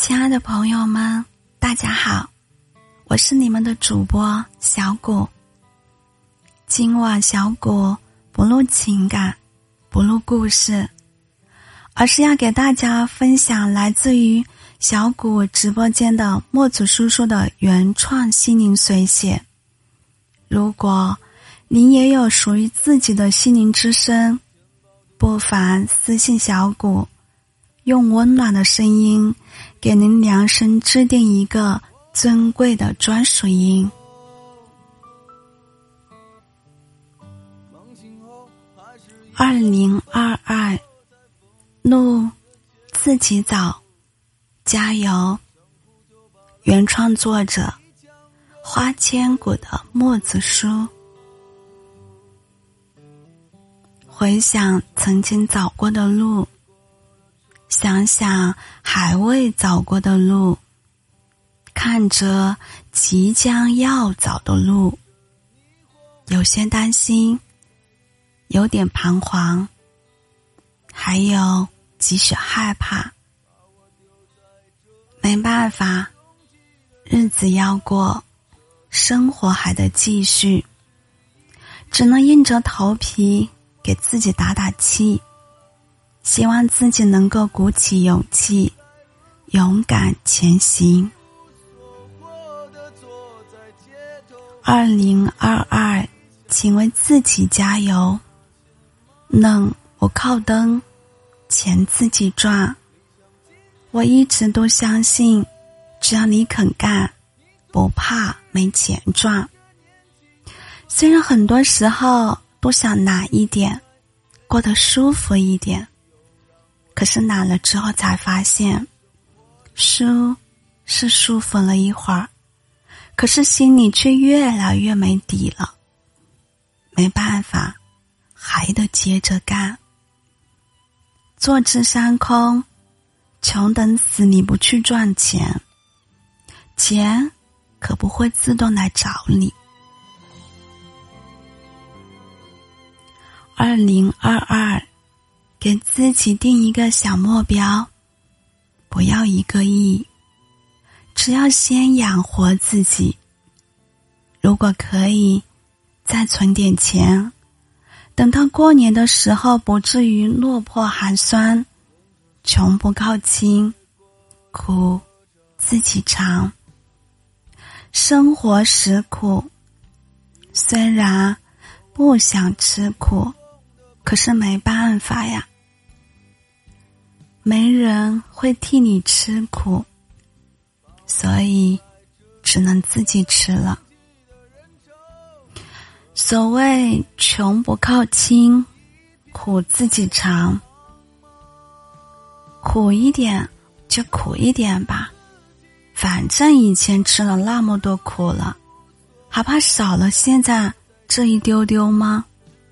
亲爱的朋友们，大家好，我是你们的主播小谷。今晚小谷不录情感，不录故事，而是要给大家分享来自于小谷直播间的墨子叔叔的原创心灵随写。如果您也有属于自己的心灵之声，不妨私信小谷，用温暖的声音给您量身制定一个尊贵的专属音。2022，路自己走，加油！原创作者花千骨的墨子书。回想曾经走过的路，想想还未走过的路，看着即将要走的路，有些担心，有点彷徨，还有几许害怕。没办法，日子要过，生活还得继续，只能硬着头皮给自己打打气，希望自己能够鼓起勇气，勇敢前行。2022，请为自己加油。冷不靠灯，钱自己赚。我一直都相信，只要你肯干，不怕没钱赚。虽然很多时候都想懒一点，过得舒服一点，可是懒了之后才发现，舒服了一会儿，可是心里却越来越没底了。没办法，还得接着干。坐吃山空，穷等死你不去赚钱，钱可不会自动来找你。2022，给自己定一个小目标，不要1个亿，只要先养活自己。如果可以，再存点钱，等到过年的时候不至于落魄寒酸。穷不靠亲，苦自己尝。生活实苦，虽然不想吃苦，可是没办法呀，没人会替你吃苦，所以只能自己吃了。所谓穷不靠亲，苦自己尝。苦一点就苦一点吧，反正以前吃了那么多苦了，还怕少了现在这一丢丢吗？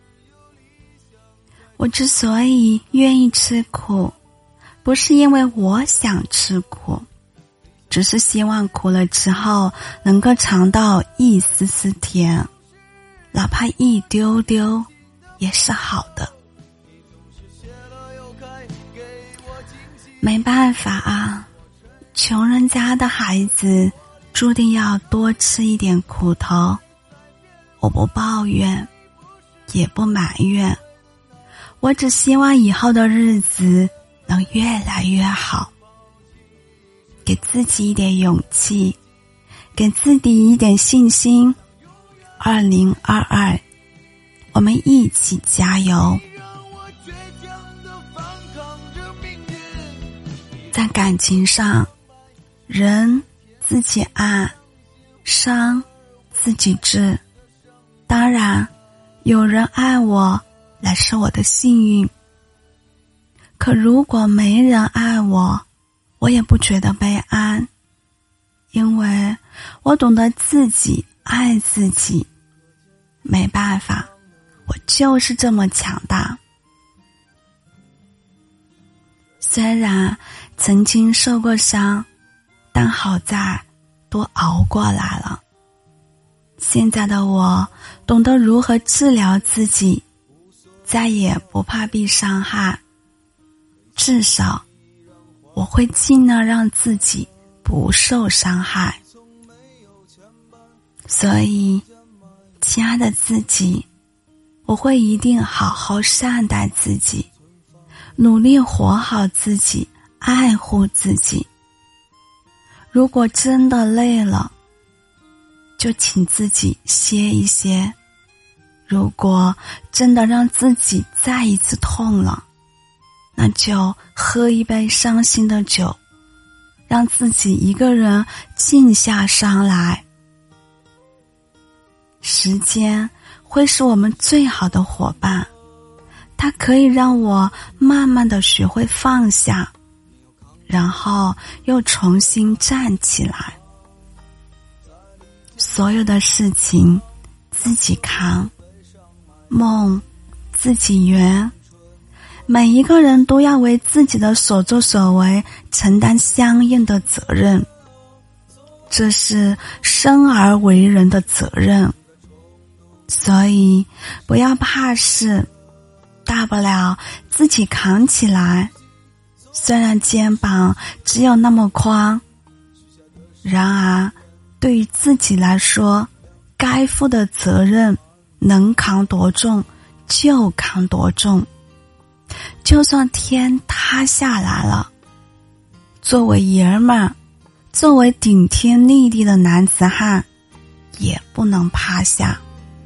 我之所以愿意吃苦，不是因为我想吃苦，只是希望苦了之后能够尝到一丝丝甜，哪怕一丢丢也是好的。没办法啊，穷人家的孩子注定要多吃一点苦头。我不抱怨，也不埋怨，我只希望以后的日子能越来越好。给自己一点勇气，给自己一点信心。2022，我们一起加油。在感情上，人自己爱，伤自己治。当然，有人爱我，乃是我的幸运。可如果没人爱我，我也不觉得悲哀，因为我懂得自己爱自己。没办法，我就是这么强大。虽然曾经受过伤，但好在都熬过来了。现在的我懂得如何治疗自己，再也不怕被伤害，至少我会尽量让自己不受伤害。所以，亲爱的自己，我会一定好好善待自己，努力活好自己，爱护自己。如果真的累了，就请自己歇一歇。如果真的让自己再一次痛了，那就喝一杯伤心的酒，让自己一个人静下伤来。时间会是我们最好的伙伴，它可以让我慢慢地学会放下，然后又重新站起来。所有的事情自己扛，梦自己圆。每一个人都要为自己的所作所为承担相应的责任，这是生而为人的责任。所以不要怕事，大不了自己扛起来。虽然肩膀只有那么宽，然而对于自己来说，该负的责任能扛多重就扛多重。就算天塌下来了，作为爷们儿，作为顶天立地的男子汉，也不能趴下。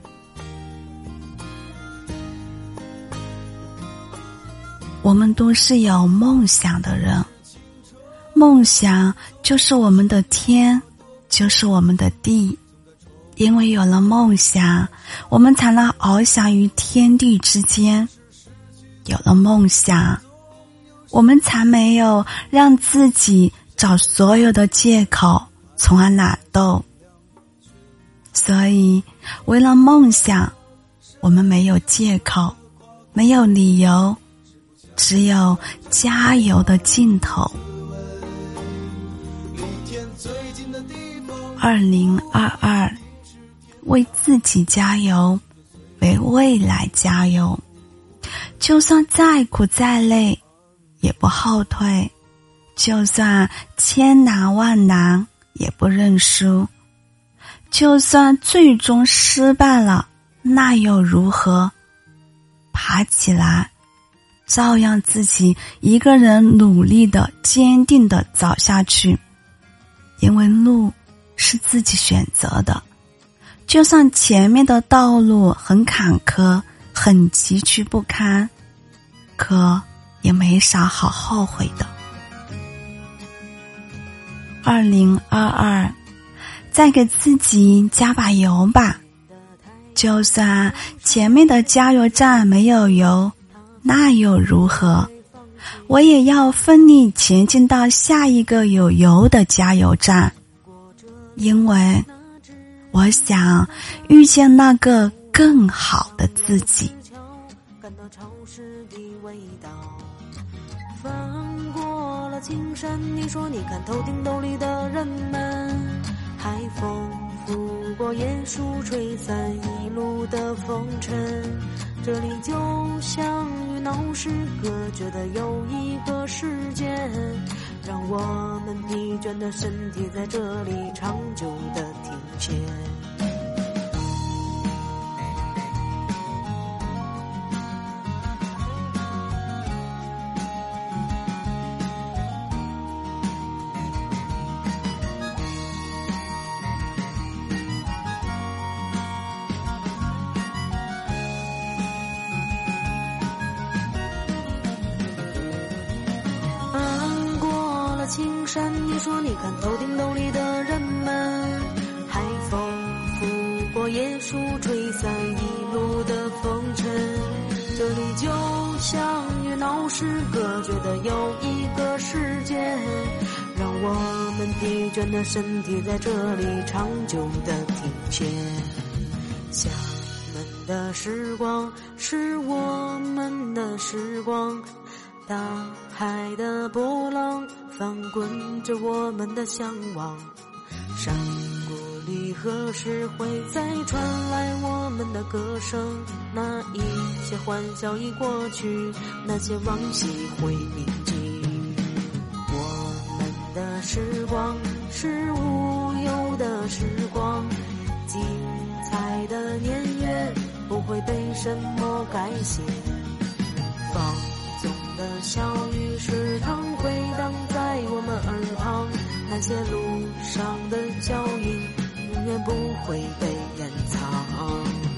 我们都是有梦想的人，梦想就是我们的天，就是我们的地。因为有了梦想，我们才能翱翔于天地之间。有了梦想，我们才没有让自己找所有的借口，从而懒惰。所以，为了梦想，我们没有借口，没有理由，只有加油的尽头。2022，为自己加油，为未来加油。就算再苦再累，也不后退；就算千难万难，也不认输；就算最终失败了，那又如何？爬起来，照样自己一个人努力的、坚定的走下去。因为路是自己选择的，就算前面的道路很坎坷，很崎岖不堪，可也没啥好后悔的。2022，再给自己加把油吧。就算前面的加油站没有油，那又如何？我也要奋力前进到下一个有油的加油站，因为我想遇见那个更好的自己。 感到潮湿的味道，翻过了青山，你说你看头顶斗笠的人们，海风拂过椰树，吹散一路的风尘。这里就像与闹市隔绝的有一个世界，让我们疲倦的身体在这里长久的停歇。青山，你说你看头顶斗笠的人们，海风拂过椰树，吹散一路的风尘。这里就像与闹市隔绝的有一个世界，让我们疲倦的身体在这里长久的停歇。厦门的时光是我们的时光，大海的波浪翻滚着我们的向往，山谷里何时会再传来我们的歌声？那一些欢笑已过去，那些往昔会铭记。我时光，是无忧的时光。精彩的年月不会被什么改写，放纵的小雨时常回荡在我们耳旁，那些路上的脚印永远不会被掩藏。